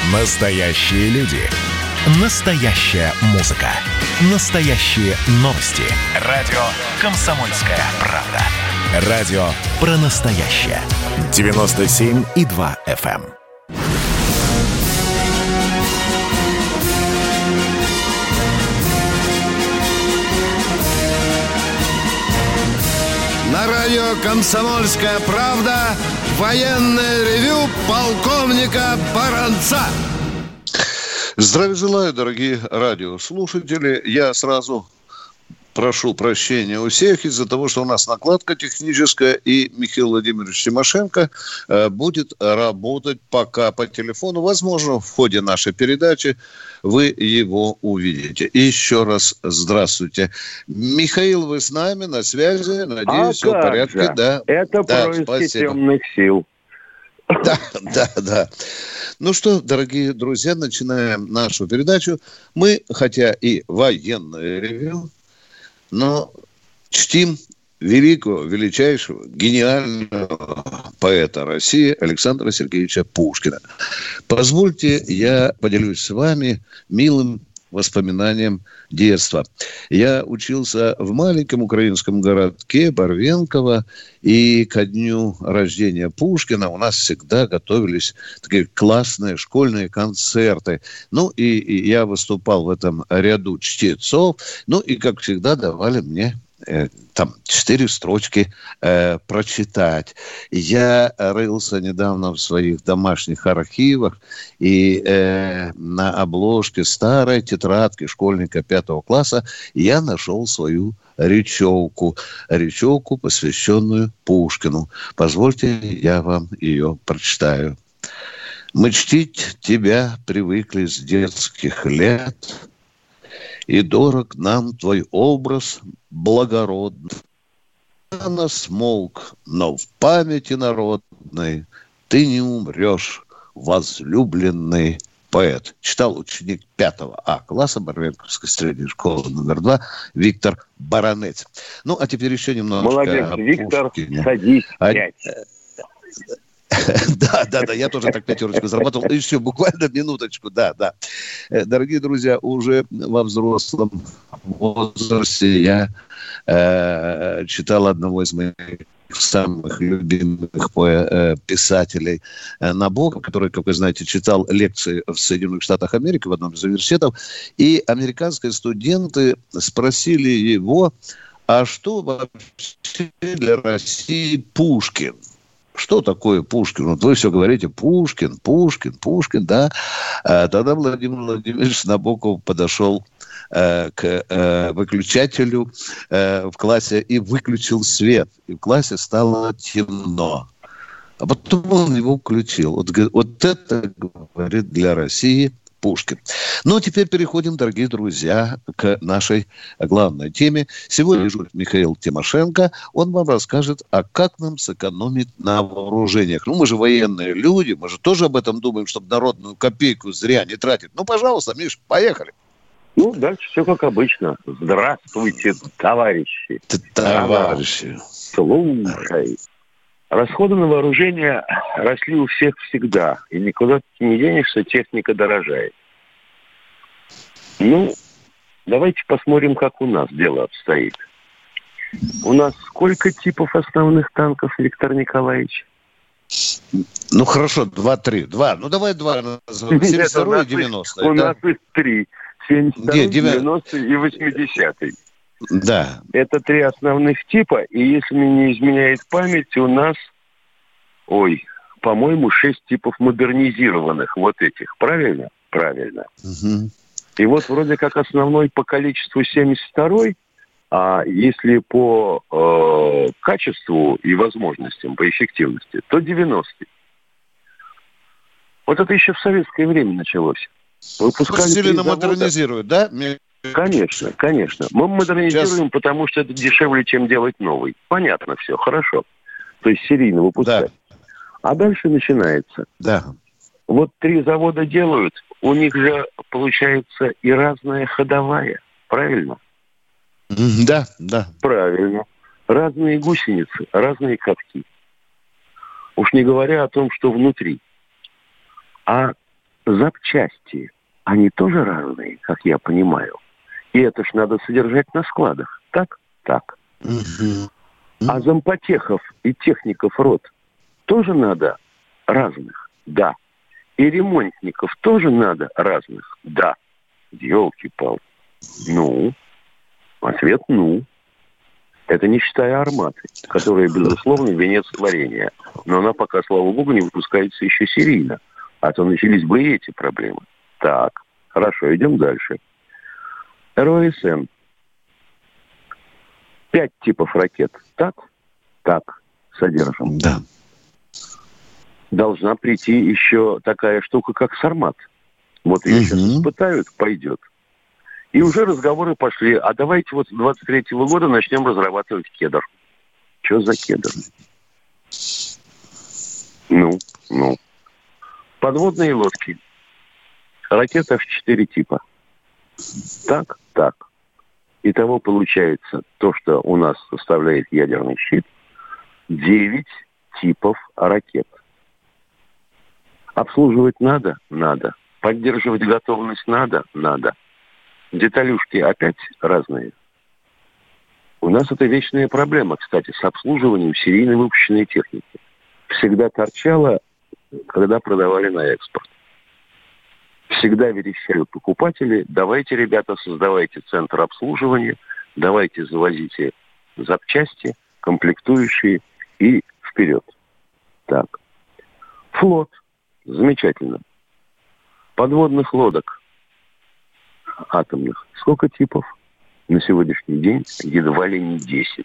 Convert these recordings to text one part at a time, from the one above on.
Настоящие люди. Настоящая музыка. Настоящие новости. Радио «Комсомольская правда». Радио про настоящее. 97,2 FM. На радио «Комсомольская правда» военное ревю полковника Баранца. Здравия желаю, дорогие радиослушатели. Я сразу прошу прощения у всех из-за того, что у нас накладка техническая, и Михаил Владимирович Тимошенко будет работать пока по телефону. Возможно, в ходе нашей передачи вы его увидите. И еще раз здравствуйте. Михаил, вы с нами на связи? Надеюсь, все в порядке. Же? Да. Это происки темных сил. Да. Ну что, дорогие друзья, начинаем нашу передачу. Мы, хотя и военное ревю, но чтим великого, величайшего, гениального поэта России Александра Сергеевича Пушкина. Позвольте, я поделюсь с вами милым воспоминанием детства. Я учился в маленьком украинском городке Барвенково, и ко дню рождения Пушкина у нас всегда готовились такие классные школьные концерты. Ну, и я выступал в этом ряду чтецов. Ну, и, как всегда, давали мне там 4 строчки прочитать. Я рылся недавно в своих домашних архивах, и на обложке старой тетрадки школьника 5 класса я нашел свою речевку, посвященную Пушкину. Позвольте, я вам ее прочитаю. «Мы чтить тебя привыкли с детских лет, и дорог нам твой образ благородный. Рано смолк, но в памяти народной ты не умрешь, возлюбленный поэт». Читал ученик 5 класса Барвенковской средней школы номер 2 Виктор Баранец. Ну, а теперь еще немножко молодец, о Виктор, Пушкине. садись, сядь. Да, я тоже так 5 заработал. Еще буквально минуточку, да. Дорогие друзья, уже во взрослом возрасте я читал одного из моих самых любимых писателей Набокова, который, как вы знаете, читал лекции в Соединенных Штатах Америки в одном из университетов, и американские студенты спросили его, а что вообще для России Пушкин? Что такое Пушкин? Вот вы все говорите Пушкин, да. Тогда Владимир Владимирович Набоков подошел к выключателю в классе и выключил свет. И в классе стало темно. А потом он его включил. Вот это, говорит, для России Пушкин. Ну, а теперь переходим, дорогие друзья, к нашей главной теме. Сегодня дежурит Михаил Тимошенко. Он вам расскажет, а как нам сэкономить на вооружениях. Ну, мы же военные люди, мы же тоже об этом думаем, чтобы народную копейку зря не тратить. Ну, пожалуйста, Миш, поехали. Ну, дальше все как обычно. Здравствуйте, товарищи. Слушай. Расходы на вооружение росли у всех всегда. И никуда ты не денешься, техника дорожает. Ну, давайте посмотрим, как у нас дело обстоит. У нас сколько типов основных танков, Виктор Николаевич? Ну, хорошо, 2-3. Ну, давай 2 назовем. 72 и 90. У нас их 3. 72, 90 и 80. Да. Это 3 основных типа, и если мне не изменяет память, у нас, по-моему, 6 типов модернизированных вот этих. Правильно? Правильно. Угу. И вот вроде как основной по количеству 72-й, а если по качеству и возможностям, по эффективности, то 90-й. Вот это еще в советское время началось. Выпускали сильно модернизируют, да? Конечно. Мы модернизируем, потому что это дешевле, чем делать новый. Понятно все, хорошо. То есть серийно выпускать. Да. А дальше начинается. Да. Вот 3 завода делают, у них же получается и разная ходовая. Правильно? Да. Правильно. Разные гусеницы, разные катки. Уж не говоря о том, что внутри. А запчасти, они тоже разные, как я понимаю. И это ж надо содержать на складах. Так? Так. А зампотехов и техников рот тоже надо разных? Да. И ремонтников тоже надо разных? Да. Ёлки-палки. Ну? Ответ ну. Это не считая «Арматы», которая, безусловно, венец творения. Но она пока, слава богу, не выпускается еще серийно. А то начались бы и эти проблемы. Так, хорошо, идем дальше. РОСН. 5 типов ракет. Так? Так. Содержим. Да. Должна прийти еще такая штука, как «Сармат». Вот ее сейчас испытают, пойдет. И уже разговоры пошли. А давайте вот с 23-го года начнем разрабатывать кедр. Что за кедр? Ну. Подводные лодки. Ракет F4 типа. Так. Итого получается то, что у нас составляет ядерный щит, 9 типов ракет. Обслуживать надо? Надо. Поддерживать готовность надо? Надо. Деталюшки опять разные. У нас это вечная проблема, кстати, с обслуживанием серийно выпущенной техники. Всегда торчала, когда продавали на экспорт. Всегда верещали покупатели: давайте, ребята, создавайте центр обслуживания, давайте завозите запчасти, комплектующие и вперед. Так. Флот. Замечательно. Подводных лодок атомных. Сколько типов? На сегодняшний день едва ли не 10.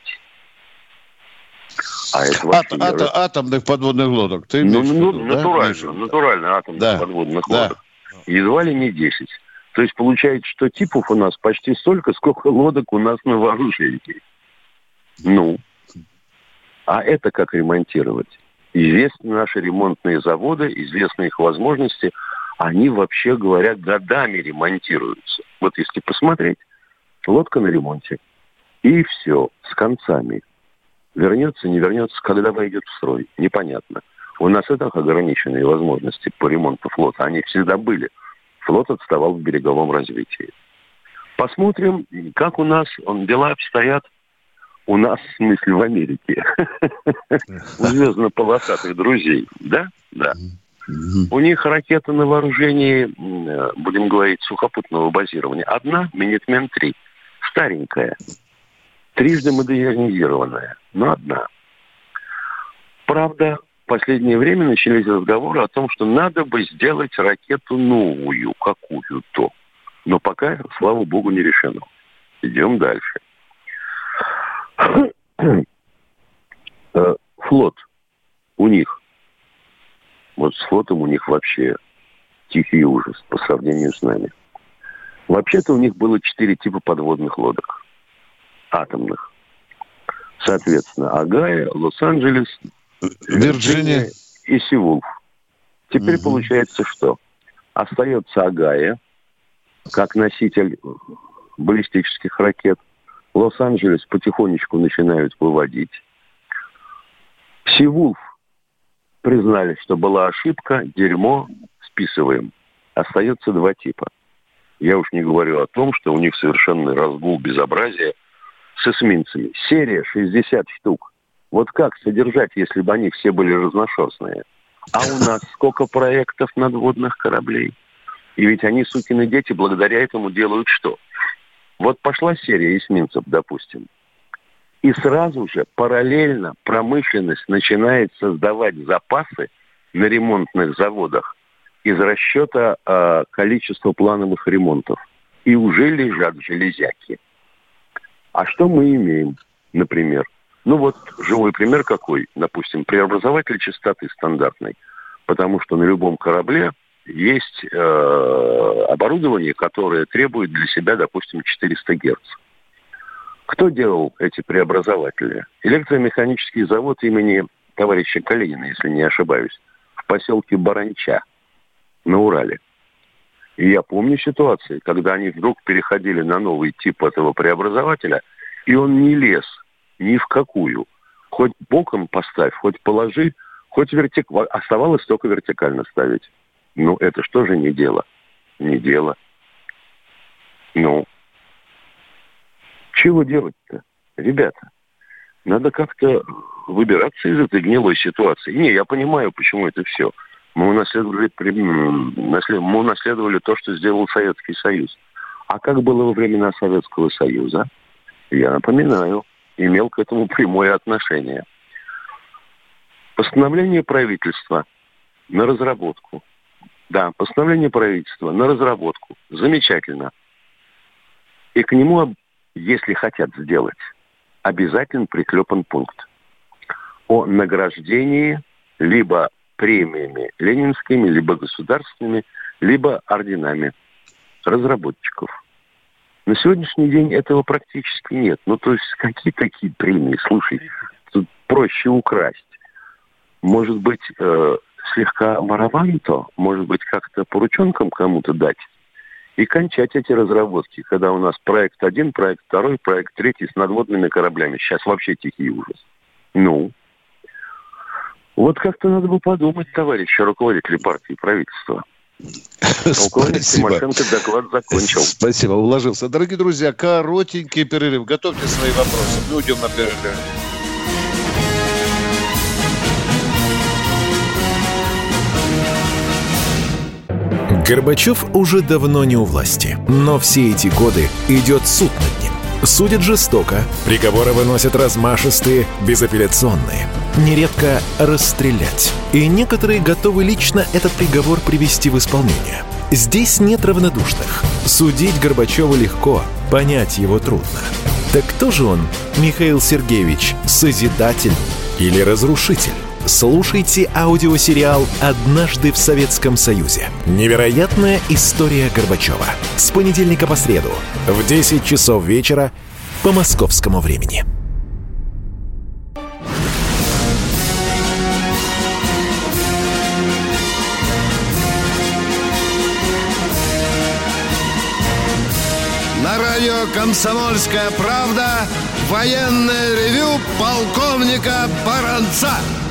А это атомных подводных лодок. Ты натурально атомных подводных лодок. Едва ли не 10. То есть получается, что типов у нас почти столько, сколько лодок у нас на вооружении. Ну, а это как ремонтировать? Известны наши ремонтные заводы, известны их возможности. Они, вообще говоря, годами ремонтируются. Вот если посмотреть, лодка на ремонте. И все, с концами. Вернется, не вернется, когда войдет в строй, непонятно. У нас и так ограниченные возможности по ремонту флота. Они всегда были. Флот отставал в береговом развитии. Посмотрим, как у нас дела обстоят. У нас, в смысле, в Америке. У звездно-полосатых друзей. Да? Да. У них ракета на вооружении, будем говорить, сухопутного базирования. Одна, Минитмен-3. Старенькая. Трижды модернизированная. Но одна. Правда, в последнее время начались разговоры о том, что надо бы сделать ракету новую, какую-то. Но пока, слава богу, не решено. Идем дальше. Флот у них. Вот с флотом у них вообще тихий ужас по сравнению с нами. Вообще-то у них было 4 типа подводных лодок. Атомных. Соответственно, Огайо, Лос-Анджелес, Вирджиния и Сеул. Теперь получается что? Остается Огайо как носитель баллистических ракет. Лос-Анджелес потихонечку начинают выводить. Сеул признали, что была ошибка, дерьмо, списываем. Остается 2 типа. Я уж не говорю о том, что у них совершенный разгул безобразия с эсминцами. Серия 60 штук. Вот как содержать, если бы они все были разношерстные? А у нас сколько проектов надводных кораблей? И ведь они, сукины дети, благодаря этому делают что? Вот пошла серия эсминцев, допустим. И сразу же параллельно промышленность начинает создавать запасы на ремонтных заводах из расчета количества плановых ремонтов. И уже лежат железяки. А что мы имеем, например? Ну вот живой пример какой? Допустим, преобразователь частоты стандартной. Потому что на любом корабле есть оборудование, которое требует для себя, допустим, 400 Гц. Кто делал эти преобразователи? Электромеханический завод имени товарища Калинина, если не ошибаюсь, в поселке Баранча на Урале. И я помню ситуации, когда они вдруг переходили на новый тип этого преобразователя, и он не лез ни в какую. Хоть боком поставь, хоть положи, хоть оставалось только вертикально ставить. Ну, это что же не дело? Не дело. Ну, чего делать-то, ребята? Надо как-то выбираться из этой гнилой ситуации. Не, я понимаю, почему это все. Мы унаследовали то, что сделал Советский Союз. А как было во времена Советского Союза? Я напоминаю, имел к этому прямое отношение. Постановление правительства на разработку. Да, постановление правительства на разработку. Замечательно. И к нему, если хотят сделать, обязательно приклепан пункт о награждении либо премиями ленинскими, либо государственными, либо орденами разработчиков. На сегодняшний день этого практически нет. Ну, то есть, какие такие премии? Слушай, тут проще украсть. Может быть, слегка воровать-то, может быть, как-то порученкам кому-то дать и кончать эти разработки, когда у нас проект 1, проект 2, проект 3 с надводными кораблями. Сейчас вообще тихий ужас. Ну, вот как-то надо бы подумать, товарищи руководители партии и правительства. Полковник Тимошенко доклад закончил. Спасибо, уложился. Дорогие друзья, коротенький перерыв. Готовьте свои вопросы. Мы уйдем на перерыв. Горбачев уже давно не у власти, но все эти годы идет суд над ним. Судят жестоко, приговоры выносят размашистые, безапелляционные. Нередко расстрелять. И некоторые готовы лично этот приговор привести в исполнение. Здесь нет равнодушных. Судить Горбачева легко, понять его трудно. Так кто же он, Михаил Сергеевич, созидатель или разрушитель? Слушайте аудиосериал «Однажды в Советском Союзе». Невероятная история Горбачева. С понедельника по среду в 10 часов вечера по московскому времени. На радио «Комсомольская правда» военное ревю полковника Баранца.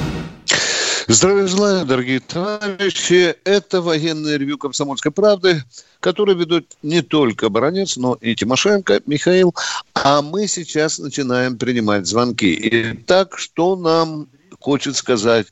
Здравия желаю, дорогие товарищи. Это военное ревью «Комсомольской правды», которое ведут не только Баранец, но и Тимошенко, Михаил. А мы сейчас начинаем принимать звонки. Итак, что нам хочет сказать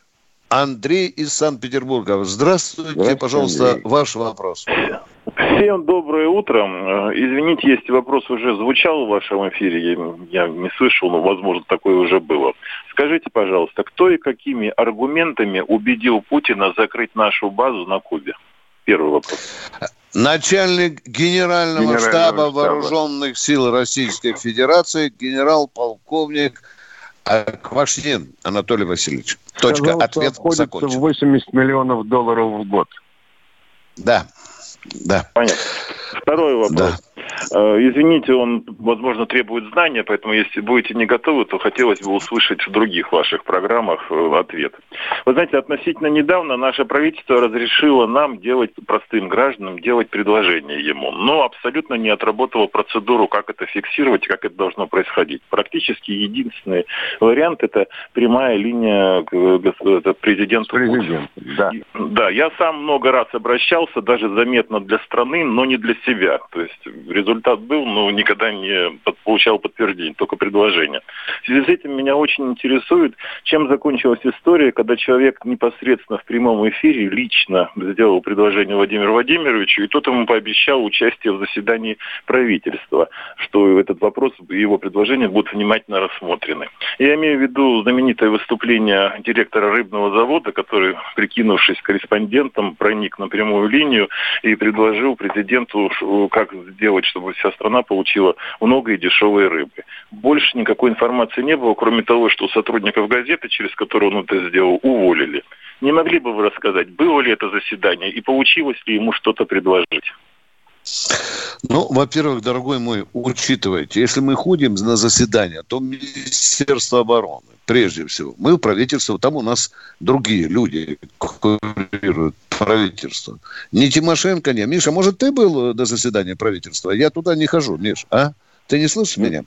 Андрей из Санкт-Петербурга? Здравствуйте, пожалуйста, Андрей. Ваш вопрос. Всем доброе утро. Извините, если вопрос уже звучал в вашем эфире, я не слышал, но, возможно, такое уже было. Скажите, пожалуйста, кто и какими аргументами убедил Путина закрыть нашу базу на Кубе? Первый вопрос. Начальник Генерального штаба Вооруженных сил Российской Федерации, генерал-полковник Квашнин Анатолий Васильевич. Точка. Ответ закончен. 80 миллионов долларов в год. Да. Да. Понятно. Второй вопрос. Да. Извините, он, возможно, требует знания, поэтому, если будете не готовы, то хотелось бы услышать в других ваших программах ответ. Вы знаете, относительно недавно наше правительство разрешило нам простым гражданам, делать предложение ему, но абсолютно не отработало процедуру, как это фиксировать, как это должно происходить. Практически единственный вариант – это прямая линия к президенту Путину. Да, я сам много раз обращался, даже заметно для страны, но не для себя. То есть результат был, но никогда не получал подтверждение, только предложение. В связи с этим меня очень интересует, чем закончилась история, когда человек непосредственно в прямом эфире лично сделал предложение Владимиру Владимировичу, и тот ему пообещал участие в заседании правительства, что этот вопрос, его предложения будут внимательно рассмотрены. Я имею в виду знаменитое выступление директора рыбного завода, который, прикинувшись корреспондентом, проник на прямую линию и предложил президенту, как сделать, чтобы вся страна получила много и дешевой рыбы. Больше никакой информации не было, кроме того, что сотрудников газеты, через которые он это сделал, уволили. Не могли бы вы рассказать, было ли это заседание и получилось ли ему что-то предложить? Ну, во-первых, дорогой мой, учитывайте, если мы ходим на заседание, то Министерство обороны, прежде всего, мы в правительство, там у нас другие люди курируют правительство. Не Тимошенко, не. Миша, может, ты был до заседания правительства? Я туда не хожу, Миш, а? Ты не слышишь меня?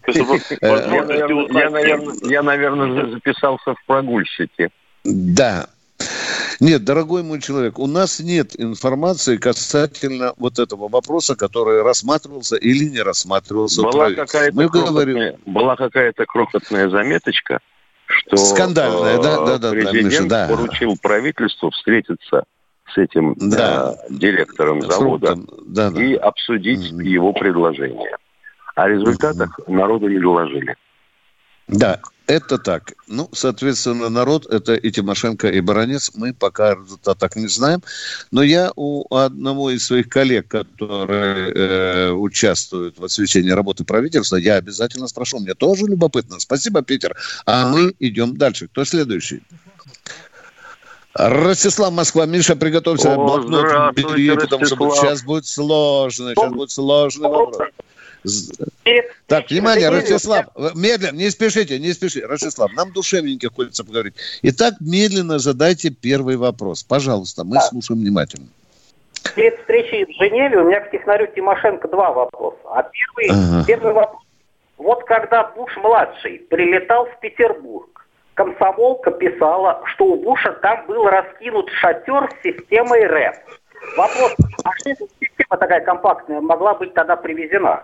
Я, наверное, записался в прогульщики. Да. Нет, дорогой мой человек, у нас нет информации касательно вот этого вопроса, который рассматривался или не рассматривался в правительстве. Была какая-то крохотная заметочка, что скандальная, президент поручил правительству встретиться с этим директором завода и обсудить его предложение. О результатах народу не доложили. Да, это так. Ну, соответственно, народ, это и Тимошенко, и Баранец, мы пока результатов не знаем. Но я у одного из своих коллег, которые участвуют в освещении работы правительства, я обязательно спрошу. Мне тоже любопытно. Спасибо, Питер. А мы идем дальше. Кто следующий? Ростислав, Москва. Миша, приготовься. Блокнот бери, потому что сейчас будет сложный. Вопрос. Так, внимание, Ростислав, медленно, не спешите. Ростислав, нам душевненько хочется поговорить. Итак, медленно задайте первый вопрос. Пожалуйста, мы слушаем внимательно. Перед встречей в Женеве у меня к технарю Тимошенко два вопроса. А первый вопрос. Вот когда Буш-младший прилетал в Петербург, комсомолка писала, что у Буша там был раскинут шатер с системой РЭП. Вопрос, а что эта система такая компактная могла быть тогда привезена?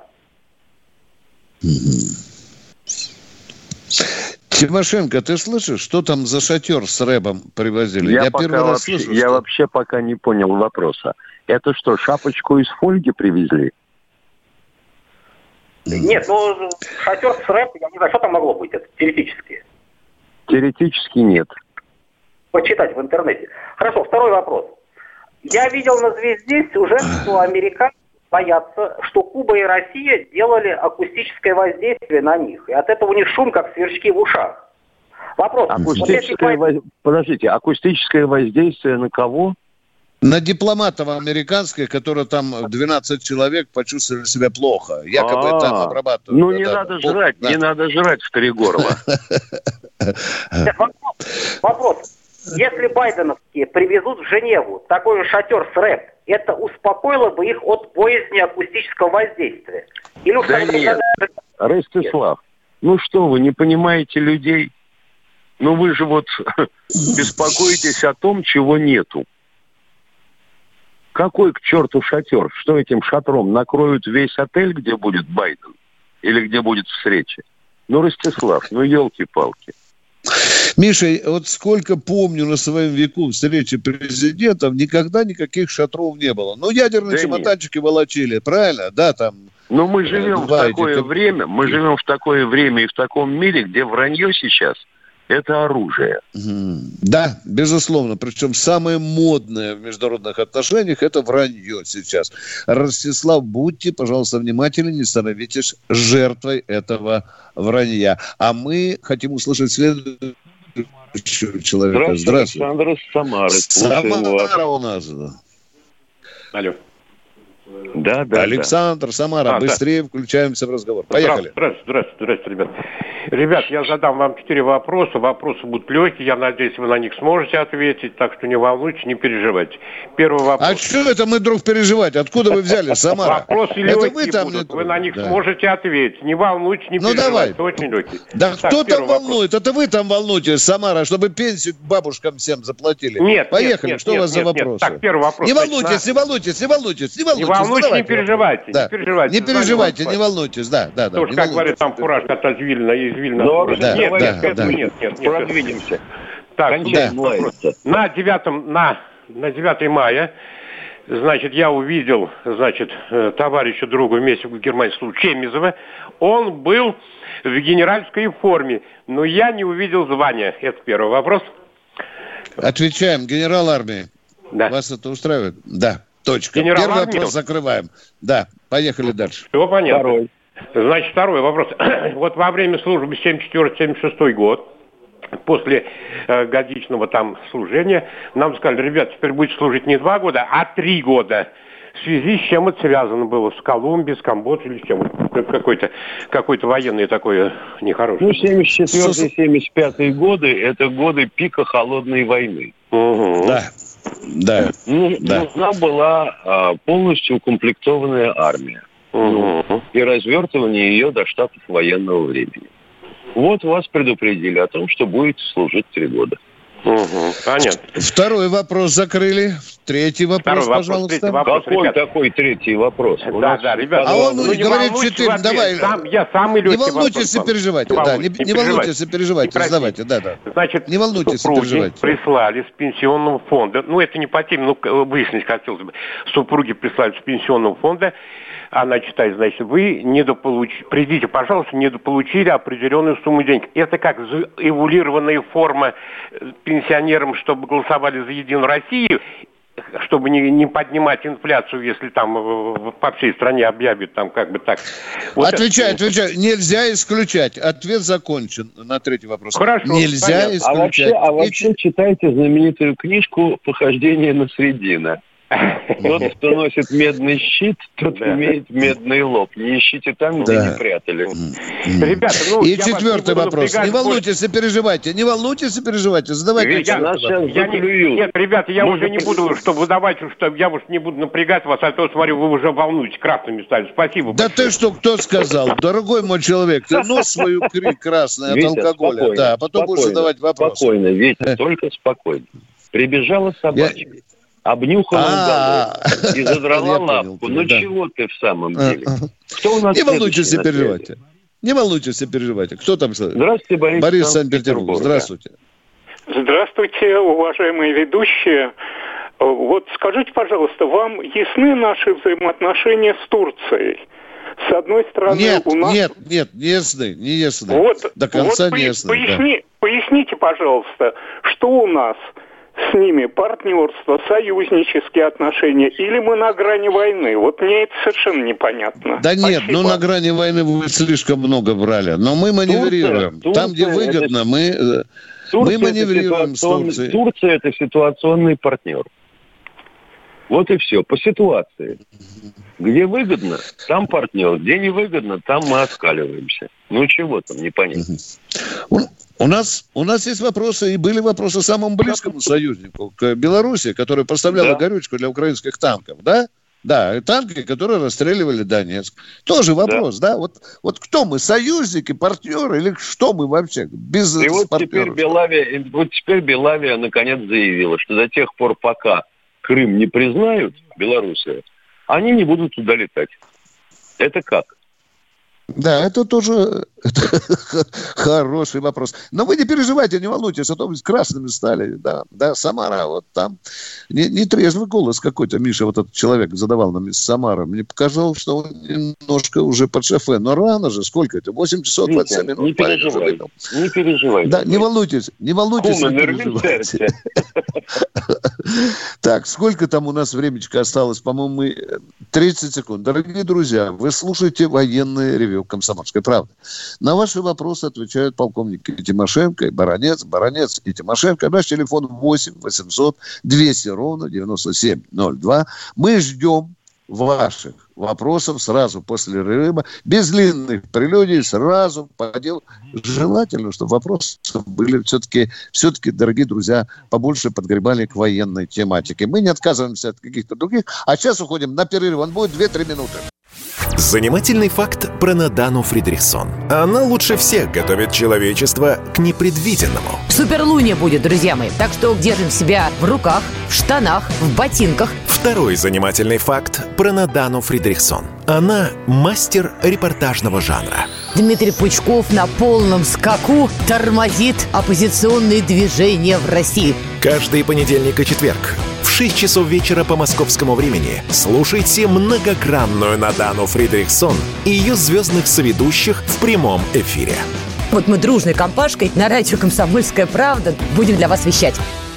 Тимошенко, ты слышишь, что там за шатер с рэбом привозили? Я первый раз слышу. Я вообще пока не понял вопроса. Это что, шапочку из фольги привезли? Нет, шатер с рэп, я не знаю, что там могло быть, это теоретически. Теоретически нет. Почитать в интернете. Хорошо, второй вопрос. Я видел на «Звезде» сюжет, что американцы боятся, что Куба и Россия делали акустическое воздействие на них. И от этого у них шум, как сверчки в ушах. Вопрос. Подождите, акустическое воздействие на кого? На дипломатов американских, которые там 12 человек почувствовали себя плохо. Якобы там обрабатывают. Не надо жрать в 3 горла. Вопрос. Если байденовские привезут в Женеву такой шатер с рэп, это успокоило бы их от боязни акустического воздействия? Нет, Ростислав, что вы, не понимаете людей? Вы же беспокоитесь о том, чего нету. Какой к черту шатер? Что этим шатром накроют весь отель, где будет Байден? Или где будет встреча? Ростислав, елки-палки. Миша, вот сколько помню на своем веку встречи президентов, никогда никаких шатров не было. Ядерные чемоданчики волочили, правильно? Да, там. Но мы живем в такое время, и в таком мире, где вранье сейчас – это оружие. Да, безусловно. Причем самое модное в международных отношениях – это вранье сейчас. Ростислав, будьте, пожалуйста, внимательны, не становитесь жертвой этого вранья. А мы хотим услышать следующего человека. Здравствуйте. Александр из Самары. Самара у нас. Алло. Да. Александр, Самара, быстрее включаемся в разговор. Поехали. Здравствуйте, ребят. Ребят, я задам вам 4 вопроса. Вопросы будут легкие. Я надеюсь, вы на них сможете ответить. Так что не волнуйтесь, не переживайте. Первый вопрос. А что это мы вдруг переживать? Откуда вы взяли, Самара? Вопросы легкие будут. Вы на них сможете ответить. Не волнуйтесь, не переживайте. Давай. Очень легкие. Да кто там волнует? Это вы там волнуетесь, Самара, чтобы пенсию бабушкам всем заплатили. Нет. Поехали. Что у вас за вопросы? Так, первый вопрос. Не волнуйтесь. Не волнуйтесь, не переживайте. Да. Не переживайте, не волнуйтесь. Да. Потому что, как говорят, там фуражка от Вильна, из Вильна. Нет. Продвинемся. Так, на 9 мая, я увидел, товарища друга вместе в Германии, Чемизова. Он был в генеральской форме, но я не увидел звания. Это первый вопрос. Отвечаем. Генерал армии. Да. Вас это устраивает? Да. Точка. Генерал Первый армии? вопрос закрываем. Да. Поехали дальше. Все понятно. Второй вопрос. Вот во время службы 74-76 год, после годичного там служения, нам сказали, ребят, теперь будете служить не 2 года, а 3 года. В связи с чем это связано было? С Колумбией, с Камбоджей или с чем? Какой-то военный такой нехороший. 74-75 годы – это годы пика холодной войны. Угу. Да. Нужна была полностью укомплектованная армия. И развертывание ее до штатов военного времени. Вот вас предупредили о том, что будете служить 3 года. Понятно. Второй вопрос закрыли. Третий вопрос, пожалуйста. Какой такой третий вопрос? Да, ребята. А он говорит 4. Давай. Я самый легкий вопрос. Не волнуйтесь и переживайте. Да, не волнуйтесь и переживайте. Задавайте. Да. Значит, не волнуйтесь и переживайте. Прислали с пенсионного фонда. Это не по теме, выяснить хотелось бы. Супруги прислали с пенсионного фонда. Она читает, значит, вы придите, пожалуйста, недополучили определенную сумму денег. Это как эволюированная форма пенсионерам, чтобы голосовали за Единую Россию, чтобы не поднимать инфляцию, если там по всей стране объявят там как бы так. Отвечаю. Нельзя исключать. Ответ закончен на третий вопрос. Хорошо. Нельзя исключать. А вообще читайте знаменитую книжку «Похождение Насреддина». Тот, кто носит медный щит, тот имеет медный лоб. Не ищите там, где не прятали. Ребята, и четвертый вопрос. Не волнуйтесь и переживайте. Задавайте. Нет, ребята, я уже не буду, чтобы выдавать, что я уж не буду напрягать вас, а то, смотрю, вы уже волнуетесь, красными стали. Спасибо большое. Да ты что, кто сказал? Дорогой мой человек, ты нос свою красный от алкоголя. Да, потом будешь задавать вопросы. Спокойно, Витя, только спокойно. Прибежала собачка. Обнюхала голову и задрала лапку. Чего ты в самом деле? Кто у нас? Не волнуйтесь и переживайте. Кто там? Здравствуйте, Борис Санкт-Петербург. Здравствуйте. Здравствуйте, уважаемые ведущие. Вот скажите, пожалуйста, вам ясны наши взаимоотношения с Турцией? С одной стороны, у нас... Нет, не ясны. До конца не ясны. Поясните, пожалуйста, что у нас с ними партнерство, союзнические отношения, или мы на грани войны? Вот мне это совершенно непонятно. Да нет, на грани войны вы слишком много брали. Но мы маневрируем. Там, где выгодно, мы маневрируем с Турцией. Турция – это ситуационный партнер. Вот и все, по ситуации. Где выгодно, там партнер. Где не выгодно, там мы оскаливаемся. Чего там, непонятно. У нас есть вопросы, и были вопросы самому близкому союзнику, к Беларуси, которая поставляла горючку для украинских танков, да? Да, и танки, которые расстреливали Донецк. Тоже вопрос, да? Вот кто мы, союзники, партнеры, или что мы вообще? Бизнес-партнеры. Теперь Белавия наконец заявила, что до тех пор, пока Крым не признают, Белоруссия, они не будут туда летать. Это как? Да, это тоже хороший вопрос. Но вы не переживайте, не волнуйтесь, а то с красными стали. Да, Самара, вот там. Нетрезвый голос какой-то, Миша, вот этот человек задавал нам из Самары. Мне показалось, что он немножко уже под шофе. Но рано же, сколько это? 8 часов 27 минут. Не переживай. Да, не волнуйтесь, не переживайте. Так, сколько там у нас времечко осталось? По-моему, 30 секунд. Дорогие друзья, вы слушаете военное ревью «Комсомольской правды». На ваши вопросы отвечают полковники Тимошенко и Баранец и Тимошенко. Наш телефон 8 800 200 ровно 9702. Мы ждем ваших вопросов сразу после перерыва, без длинных прелюдий, сразу по делу. Желательно, чтобы вопросы были все-таки, дорогие друзья, побольше подгребали к военной тематике. Мы не отказываемся от каких-то других, а сейчас уходим на перерыв. Он будет 2-3 минуты. Занимательный факт про Надану Фридрихсон. Она лучше всех готовит человечество к непредвиденному. Суперлуния будет, друзья мои. Так что держим себя в руках, в штанах, в ботинках. Второй занимательный факт про Надану Фридрихсон. Она мастер репортажного жанра. Дмитрий Пучков на полном скаку тормозит оппозиционные движения в России. Каждый понедельник и четверг в 6 часов вечера по московскому времени слушайте многогранную Надану Фридрихсон и ее звездных соведущих в прямом эфире. Вот мы дружной компашкой на радио «Комсомольская правда» будем для вас вещать.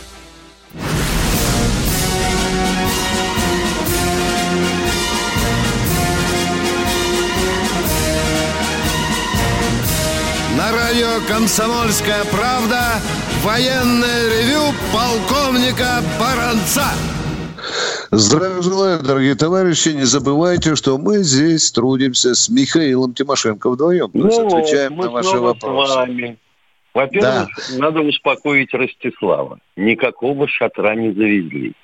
На радио «Комсомольская правда» военное ревю полковника Баранца. Здравия желаю, дорогие товарищи. Не забывайте, что мы здесь трудимся с Михаилом Тимошенко вдвоем. То есть отвечаем на ваши вопросы. С вами. Во-первых, надо успокоить Ростислава. Никакого шатра не завезли.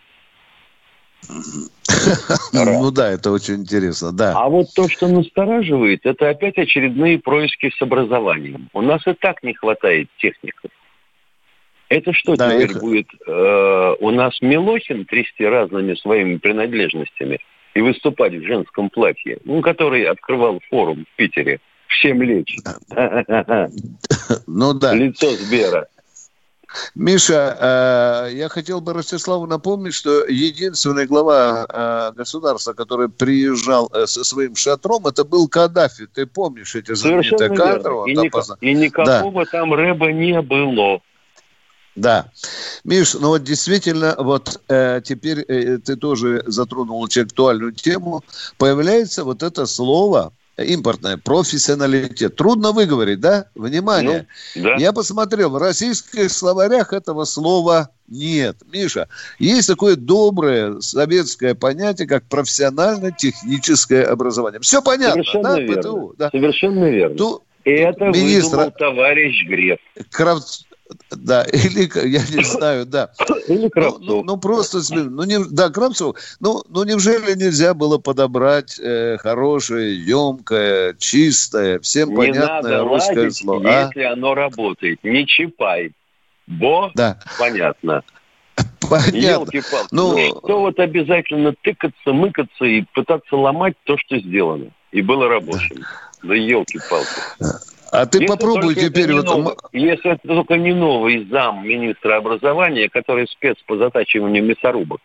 Ну да, это очень интересно, да. А вот то, что настораживает, это опять очередные происки с образованием. У нас и так не хватает техников. Это что теперь будет у нас Милохин трясти разными своими принадлежностями и выступать в женском платье, который открывал форум в Питере. Всем лечь. Ну да. Лицо Сбера. Миша, я хотел бы Ростиславу напомнить, что единственный глава государства, который приезжал со своим шатром, это был Каддафи. Ты помнишь эти знаменитые кадры? И никакого там рэба не было. Да. Миш, ну вот действительно, вот теперь ты тоже затронул очень актуальную тему. Появляется вот это слово импортное, профессионалитет. Трудно выговорить, да? Внимание. Ну, да. Я посмотрел, в российских словарях этого слова нет. Миша, есть такое доброе советское понятие, как профессионально-техническое образование. Все понятно, совершенно да? Верно. ПТУ, да. Совершенно верно. И это выдумал товарищ Греф. Да, или, я не знаю, да. Или Кравцов. Ну просто, Кравцов. Ну, неужели нельзя было подобрать хорошее, емкое, чистое, всем понятное русское слово? Если оно работает. Не чипай. Понятно. Понятно. Елки-палки. Что вот обязательно тыкаться, мыкаться и пытаться ломать то, что сделано. И было рабочим. Да елки-палки. А ты попробуй теперь... Если это только не новый зам министра образования, который спец по затачиванию мясорубок.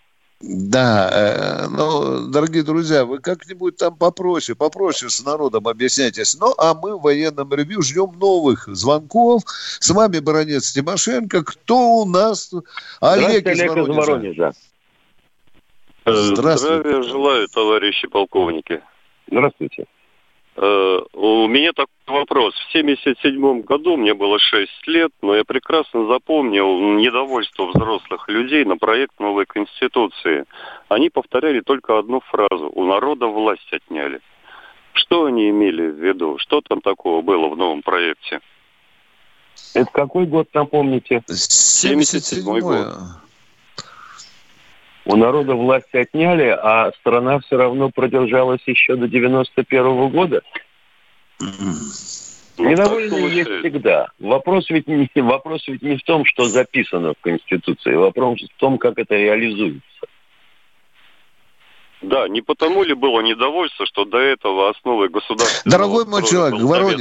Да, дорогие друзья, вы как-нибудь там попроще с народом объясняйтесь. Ну, а мы в военном ревью ждем новых звонков. С вами баронец Тимошенко. Кто у нас? Олег из Воронежа. Здравствуйте. Здравия желаю, товарищи полковники. Здравствуйте. У меня такой вопрос. В 1977 году мне было 6 лет, но я прекрасно запомнил недовольство взрослых людей на проект новой Конституции. Они повторяли только одну фразу: у народа власть отняли. Что они имели в виду? Что там такого было в новом проекте? Это какой год, напомните? 1977 год. У народа власть отняли, а страна все равно продержалась еще до 91 года. Недовольные есть всегда. Вопрос ведь не в том, что записано в Конституции. Вопрос в том, как это реализуется. Да, не потому ли было недовольство, что до этого основой государственного... Дорогой мой человек,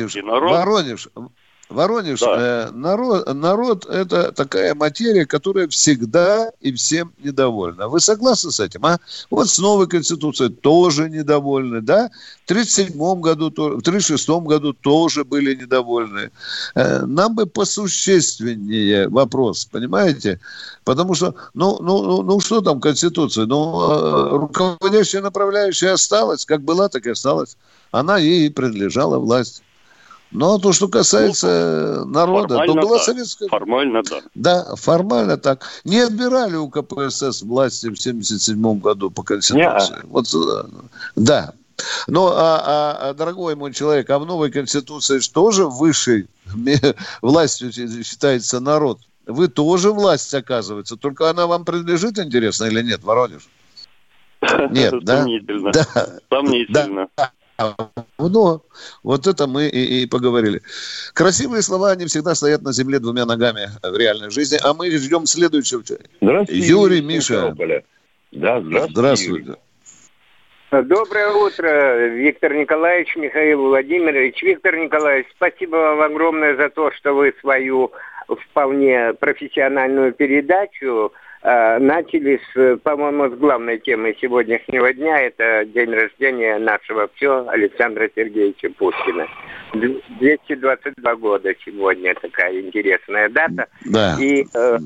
Воронеж, да. Народ – это такая материя, которая всегда и всем недовольна. Вы согласны с этим, а? Вот с новой Конституцией тоже недовольны, да? В 1937 году, в 1936 году тоже были недовольны. Нам бы посущественнее вопрос, понимаете? Потому что, что там Конституция? Руководящая направляющая осталась, как была, так и осталась. Она ей принадлежала власть. Но то, что касается народа, то была советская... Формально, да. Да, формально так. Не отбирали у КПСС власти в 1977 году по Конституции. Вот, да. Но, дорогой мой человек, а в новой Конституции тоже высшей властью считается народ. Вы тоже власть, оказывается. Только она вам принадлежит, интересно, или нет, Воронеж? Нет, да? Сомнительно. Сомнительно. Вот это мы и поговорили. Красивые слова, они всегда стоят на земле двумя ногами в реальной жизни. А мы ждем следующего человека. Здравствуйте, Юрий, Миша. Да, здравствуйте. Доброе утро, Виктор Николаевич, Михаил Владимирович. Виктор Николаевич, спасибо вам огромное за то, что вы свою вполне профессиональную передачу начали, по-моему, с главной темы сегодняшнего дня. Это день рождения нашего все Александра Сергеевича Пушкина. 222 года сегодня, такая интересная дата. Да. И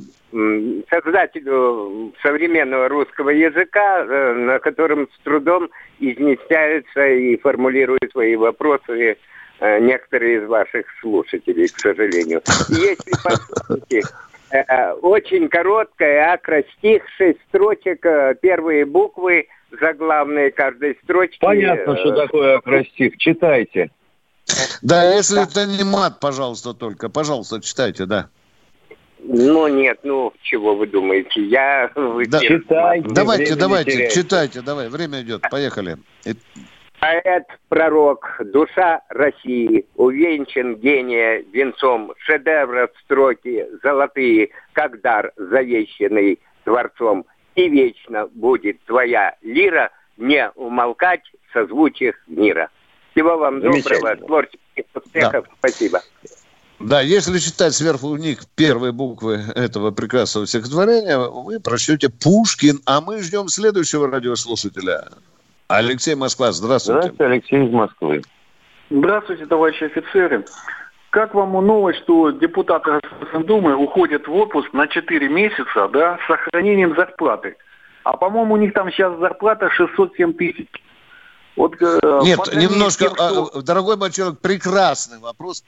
создателю современного русского языка, на котором с трудом измещаются и формулируют свои вопросы некоторые из ваших слушателей, к сожалению. Если послушайте, очень короткая акростих, 6 строчек, первые буквы заглавные каждой строчки. Понятно, что такое акростих. Читайте. Да, если это не мат, пожалуйста, только. Пожалуйста, читайте, да. Нет, чего вы думаете? Читайте. Давайте, читайте, давай, время идет, поехали. Поэт, пророк, душа России, увенчан гения венцом, шедевра строки золотые, как дар, завещанный Творцом. И вечно будет твоя лира не умолкать в созвучиях мира. Всего вам доброго, творческих успехов. Да. Спасибо. Да, если читать сверху вниз первые буквы этого прекрасного стихотворения, вы прочтете Пушкин, а мы ждем следующего радиослушателя. Алексей, Москва, здравствуйте. Здравствуйте, Алексей из Москвы. Здравствуйте, товарищи офицеры. Как вам новость, что депутаты Государственной Думы уходят в отпуск на 4 месяца, да, с сохранением зарплаты? А, по-моему, у них там сейчас зарплата 607 тысяч. Вот, нет, немножко, тем, что... дорогой мой человек, прекрасный вопрос.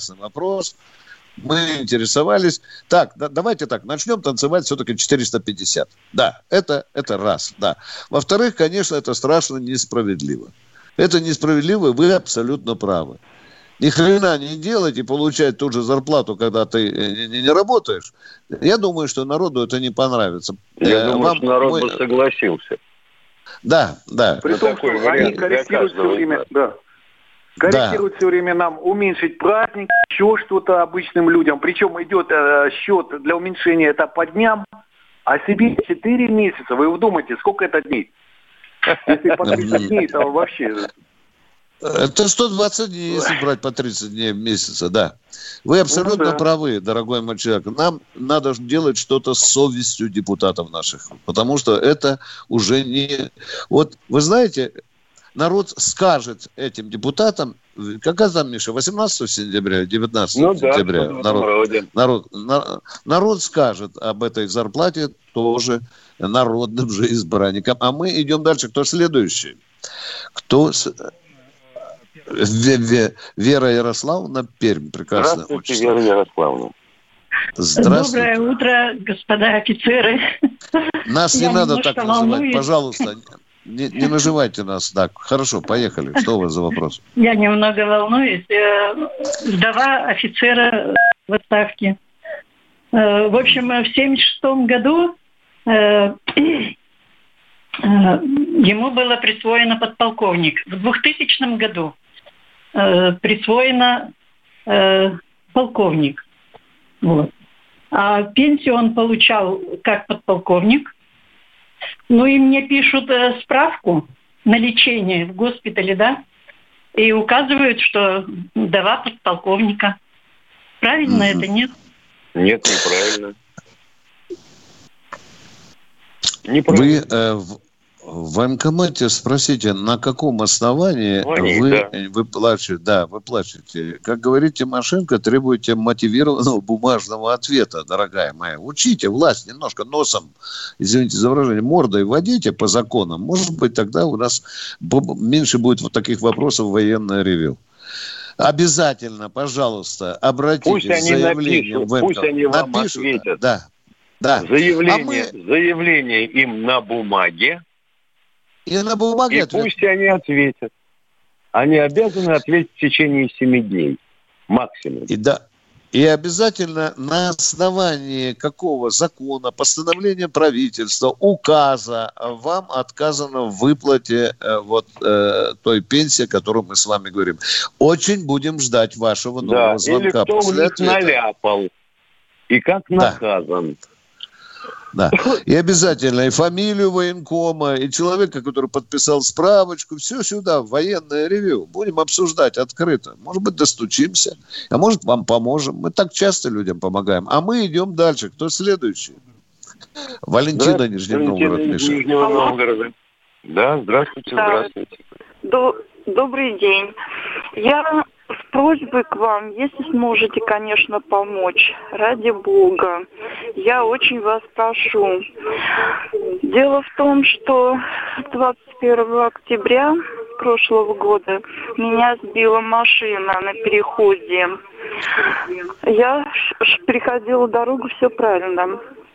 Мы интересовались. Так, давайте так, начнем танцевать все-таки 450. Да, это раз, да. Во-вторых, конечно, это страшно несправедливо. Это несправедливо, вы абсолютно правы. Ни хрена не делать и получать ту же зарплату, когда ты не работаешь. Я думаю, что народу это не понравится. Я думаю, что народ бы согласился. Да. При том, что они корректируют все время, корректируют все время нам уменьшить праздник, еще что-то обычным людям. Причем идет счет для уменьшения это по дням, а себе 4 месяца. Вы вдумайте, сколько это дней? Если по 30 дней, то вообще... Это 120 дней, если брать по 30 дней в месяц, да. Вы абсолютно правы, дорогой мой человек. Нам надо делать что-то с совестью депутатов наших, потому что это уже не... Вот, вы знаете, народ скажет этим депутатам, какая там, Миша, 18 сентября, 19 сентября? Народ скажет об этой зарплате тоже народным же избранникам. А мы идем дальше. Кто следующий? Вера Ярославовна, Пермь. Прекрасно. Здравствуйте, Вера Ярославовна. Здравствуйте. Доброе утро, господа офицеры. Нас не надо так называть, пожалуйста. Не нажимайте нас так. Хорошо, поехали. Что у вас за вопрос? Я немного волнуюсь. Вдова офицера в отставке. В общем, в 1976 году ему было присвоено подполковник. В 2000 году присвоено полковник. Вот. А пенсию он получал как подполковник. Ну и мне пишут справку на лечение в госпитале, да, и указывают, что вдова подполковника. Правильно это, нет? Нет, неправильно. Вы в военкомате спросите, на каком основании вы плачете. Как говорит Тимошенко, требуете мотивированного бумажного ответа, дорогая моя. Учите власть немножко носом, извините за выражение, мордой водите по законам. Может быть, тогда у нас меньше будет вот таких вопросов в военное ревью. Обязательно, пожалуйста, обратитесь с заявлением. Пусть они вам ответят. Да. Заявление им на бумаге. И на бумаге ответят. Пусть они ответят. Они обязаны ответить в течение 7 дней. Максимум. И обязательно на основании какого закона, постановления правительства, указа вам отказано в выплате той пенсии, о которой мы с вами говорим. Очень будем ждать вашего нового звонка. Или кто в них наляпал. И как наказан. Да. И обязательно и фамилию военкома, и человека, который подписал справочку, все сюда, в военное ревью. Будем обсуждать открыто. Может быть, достучимся, а может, вам поможем. Мы так часто людям помогаем. А мы идем дальше. Кто следующий? Валентина, Нижний Новгород, Миша. Нижнего Новгорода. Да, здравствуйте. Добрый день. Я с просьбой к вам, если сможете, конечно, помочь, ради Бога, я очень вас прошу. Дело в том, что 21 октября прошлого года меня сбила машина на переходе. Я переходила дорогу, все правильно.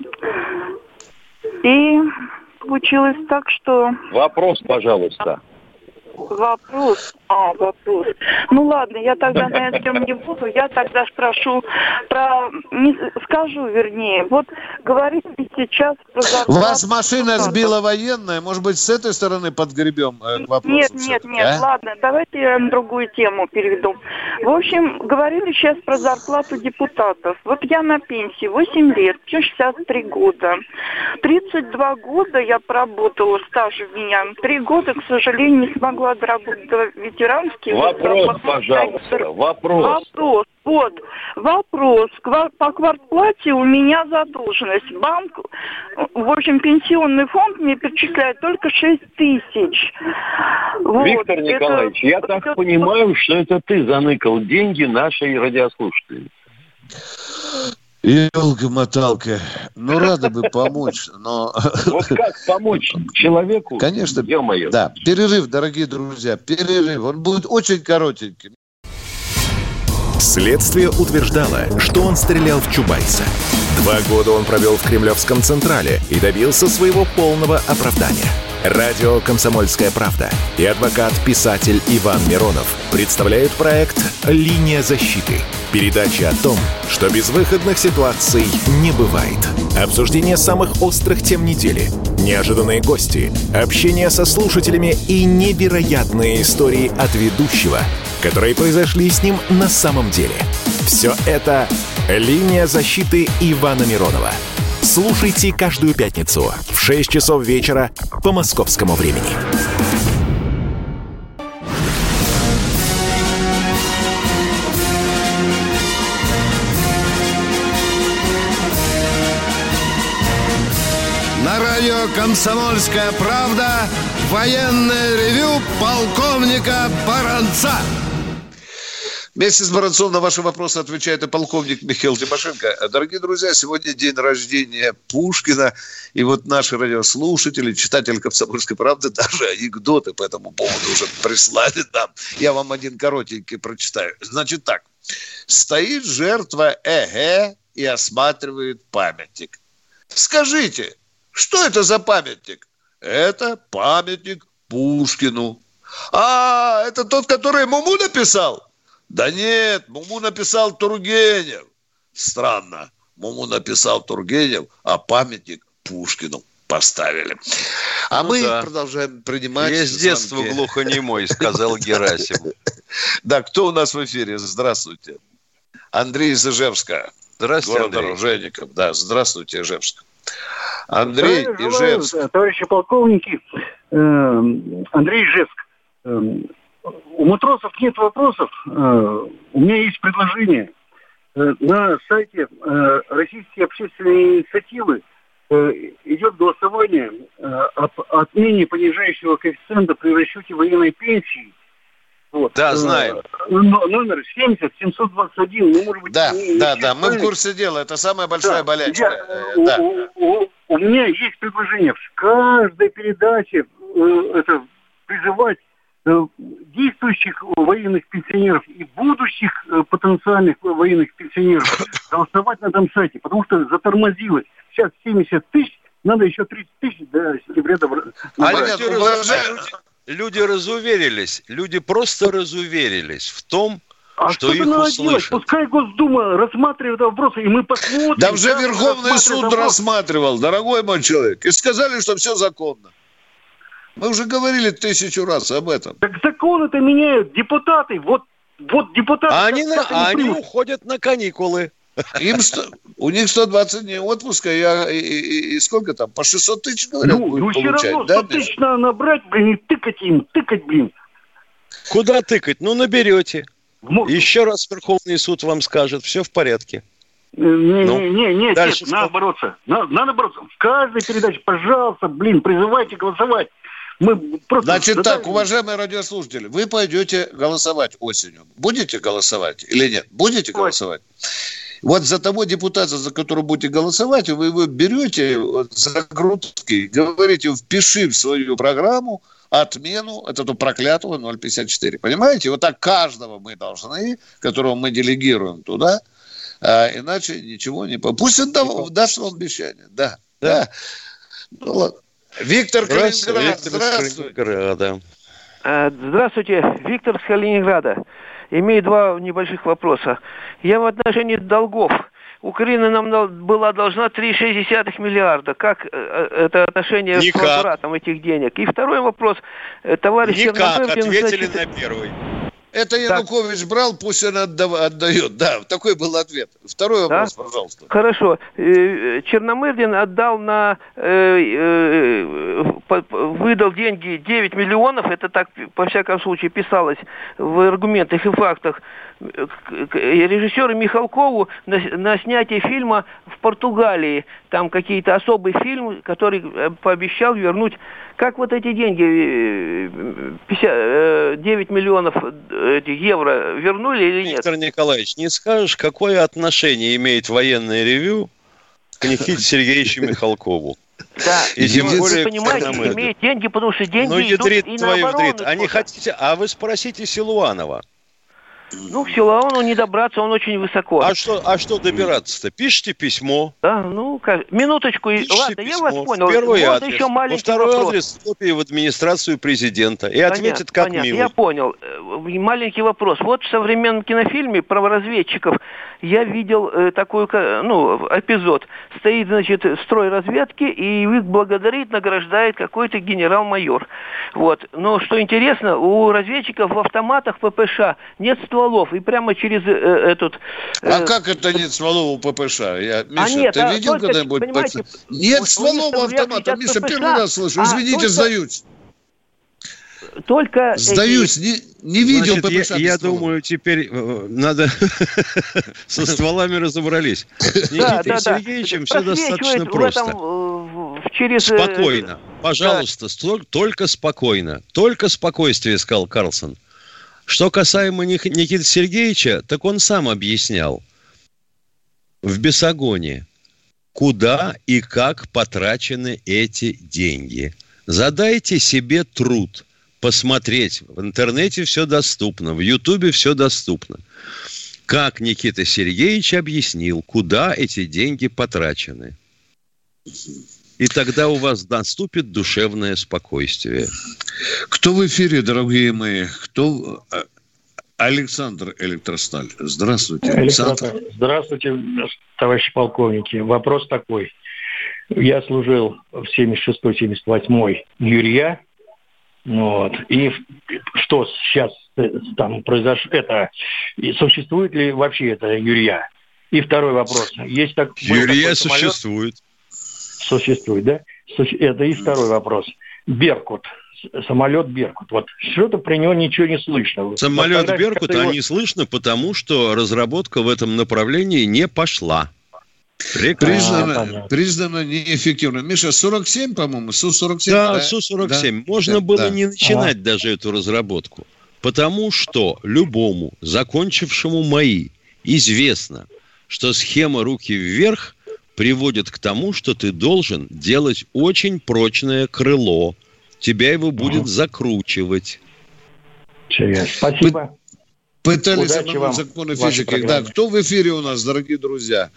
И получилось так, что... Вопрос, пожалуйста. Вопрос. Вопрос. Ну ладно, я тогда на этом не буду. Я тогда спрошу скажу, вернее. Вот говорите сейчас про зарплату. Вас машина сбила военная? Может быть, с этой стороны подгребем к вопросу? Нет, ладно, давайте я на другую тему перейду. В общем, говорили сейчас про зарплату депутатов. Вот я на пенсии 8 лет, 63 года. 32 года я поработала, стаж у меня. 3 года, к сожалению, не смогла доработать до ветеранских. Вопрос, пожалуйста, вопрос. Вопрос. По квартплате у меня задолженность. Банк, в общем, пенсионный фонд мне перечисляет только 6 тысяч. Виктор Николаевич, я так понимаю, что это ты заныкал деньги нашей радиослушательницы. Елка-моталка. Ну, рада бы помочь, но... Вот как помочь человеку? Конечно. Ё-моё. Да, перерыв, дорогие друзья, перерыв. Он будет очень коротенький. Следствие утверждало, что он стрелял в Чубайса. 2 года он провел в Кремлевском Централе и добился своего полного оправдания. Радио «Комсомольская правда» и адвокат-писатель Иван Миронов представляют проект «Линия защиты». Передача о том, что безвыходных ситуаций не бывает. Обсуждение самых острых тем недели, неожиданные гости, общение со слушателями и невероятные истории от ведущего, которые произошли с ним на самом деле. Все это «Линия защиты» Ивана Миронова. Слушайте каждую пятницу в 6 часов вечера по московскому времени. На радио «Комсомольская правда» военное ревю полковника Баранца. Вместе с Баранцом на ваши вопросы отвечает и полковник Михаил Тимошенко. Дорогие друзья, сегодня день рождения Пушкина. И вот наши радиослушатели, читатели «Комсомольской правды» даже анекдоты по этому поводу уже прислали нам. Я вам один коротенький прочитаю. Значит так. Стоит жертва и осматривает памятник. Скажите, что это за памятник? Это памятник Пушкину. Это тот, который Муму написал? Да нет, Муму написал Тургенев. Странно. Муму написал Тургенев, а памятник Пушкину поставили. Мы продолжаем принимать... Я с детства глухонемой, сказал Герасим. Да, кто у нас в эфире? Здравствуйте. Андрей из Ижевска. Здравствуйте, город Оружейников. Да, здравствуйте, Ижевск. Андрей Ижевск. Товарищи полковники, Андрей Ижевск. У матросов нет вопросов. У меня есть предложение. На сайте Российской общественной инициативы идет голосование об отмене понижающего коэффициента при расчете военной пенсии. Вот. Да, знаем. Номер 70721. Ну, может быть, да, мы в курсе дела. Это самая большая болячка. У меня есть предложение. В каждой передаче призывать действующих военных пенсионеров и будущих потенциальных военных пенсионеров голосовать на этом сайте, потому что затормозилось. Сейчас 70 тысяч, надо еще 30 тысяч до сентября добрать. Люди разуверились, люди просто разуверились в том, что их услышат. Делать? Пускай Госдума рассматривает вопросы, и мы посмотрим. Да уже Верховный суд рассматривал, дорогой мой человек, и сказали, что все законно. Мы уже говорили 1000 раз об этом. Так закон это меняют депутаты. Вот депутаты... Они уходят на каникулы. У них 120 дней отпуска, и сколько там, по 600 тысяч, говорят, будет получать. Все равно 100 тысяч надо набрать, и тыкать, блин. Куда тыкать? Наберете. Еще раз Верховный суд вам скажет, все в порядке. Нет, надо бороться. Надо бороться. В каждой передаче, пожалуйста, призывайте голосовать. Значит так, уважаемые радиослушатели, вы пойдете голосовать осенью. Будете голосовать или нет? Будете голосовать? Вот за того депутата, за которого будете голосовать, вы его берете за грудки, говорите, впиши в свою программу отмену эту проклятого 0,54. Понимаете? Вот так каждого мы должны, которого мы делегируем туда, иначе ничего не... Пусть он даст вам обещание. Да. Ну ладно. Виктор Калининград, здравствуйте. Здравствуйте, Виктор с Калининграда. Имею два небольших вопроса. Я в отношении долгов. Украина нам была должна 3,6 миллиарда. Как это отношение с возвратом этих денег? И второй вопрос. Товарищ Черномырдин... ответили на первый. Это Янукович брал, пусть он отдает. Да, такой был ответ. Второй вопрос, пожалуйста. Хорошо. Черномырдин отдал выдал деньги 9 миллионов, это так, по всякому случаю, писалось в аргументах и фактах, режиссеру Михалкову на снятие фильма в Португалии. Там какие-то особый фильм, который пообещал вернуть. Как вот эти деньги, 9 миллионов евро, вернули или нет? Виктор Николаевич, не скажешь, какое отношение имеет военное ревю к Никите Сергеевичу Михалкову? Да, и тем более, вы понимаете, имеет деньги, потому что деньги идут и на оборону. А не хотите, а вы спросите Силуанова. Ну, к Силуанову не добраться, он очень высоко. А что добираться-то? Пишите письмо. Да, ну, минуточку. Ладно, письмо. Я вас понял. Первый вот адрес. Еще маленький второй вопрос. адрес копии в администрацию президента. И ответит как понятно, милый. Я понял. Маленький вопрос. Вот в современном кинофильме про разведчиков я видел такой, эпизод. Стоит, значит, строй разведки, и их благодарит, награждает какой-то генерал-майор. Вот. Но что интересно, у разведчиков в автоматах ППШ нет стволов, и прямо через этот... как это нет стволов у ППШ? Миша, ты видел когда-нибудь? Нет стволов у автомата. Миша, первый раз слышу. Извините, сдаюсь. Только... Сдаюсь, не видел ППШ. Я думаю, теперь надо со стволами разобрались. С Никитой Сергеевичем все достаточно просто. Спокойно. Пожалуйста, только спокойно. Только спокойствие, сказал Карлсон. Что касаемо Никиты Сергеевича, так он сам объяснял в Бесогоне, куда и как потрачены эти деньги. Задайте себе труд посмотреть. В интернете все доступно, в Ютубе все доступно. Как Никита Сергеевич объяснил, куда эти деньги потрачены. И тогда у вас наступит душевное спокойствие. Кто в эфире, дорогие мои? Александр Электросталь. Здравствуйте, Александр. Здравствуйте, товарищи полковники. Вопрос такой. Я служил в 76-78 Юрья. Вот. И что сейчас там произошло? Существует ли вообще это Юрья? И второй вопрос. Есть Юрья существует. Существует, да? Это и второй вопрос. Беркут. Самолет Беркут. Вот что-то при него ничего не слышно. Самолет Беркут, не слышно, потому что разработка в этом направлении не пошла. Признано неэффективно. Миша, 47, по-моему, Су-47? Да, Су-47. Можно было не начинать даже эту разработку. Потому что любому, закончившему МАИ, известно, что схема «руки вверх» приводит к тому, что ты должен делать очень прочное крыло. Тебя его будет закручивать. Спасибо. Пытались обмануть законы физики. Да, кто в эфире у нас, дорогие друзья?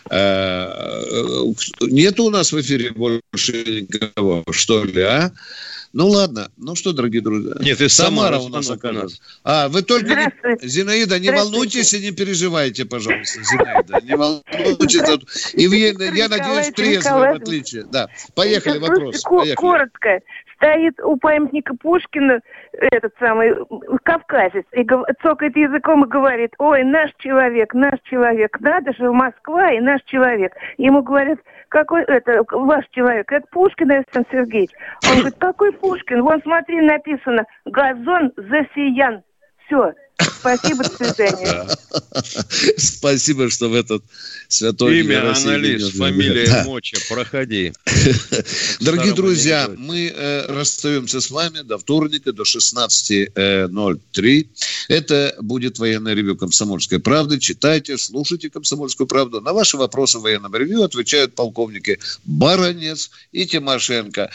Нету у нас в эфире больше никого, что ли, а? Ну ладно. Ну что, дорогие друзья? Нет, и Самара у нас оказывается. Вы только Зинаида, не волнуйтесь и не переживайте, пожалуйста, Зинаида. Не волнуйтесь. И я надеюсь, трезвый, в отличие. Да. Поехали, вопрос. Коротко. Стоит у памятника Пушкина этот самый кавказец и цокает языком и говорит: ой, наш человек, надо же, Москва и наш человек. Ему говорят: какой это ваш человек? Это Пушкин, Александр Сергеевич. Он говорит: какой Пушкин? Вон, смотри, написано: газон засиян. Все. Спасибо, до свидания. Спасибо, что в этот святой имя анализ, фамилия Моча, проходи. Дорогие друзья, мы расстаемся с вами до вторника, до 16:03. Это будет военное ревью «Комсомольской правды». Читайте, слушайте «Комсомольскую правду». На ваши вопросы в военном ревью отвечают полковники Баранец и Тимошенко.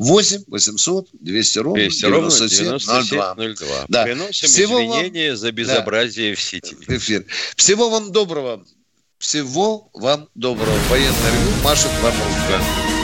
8-800-200-97-02. Да. Приносим извинения за безобразие в сети. Всего вам доброго. Всего вам доброго. Военное ревью машет вам рука.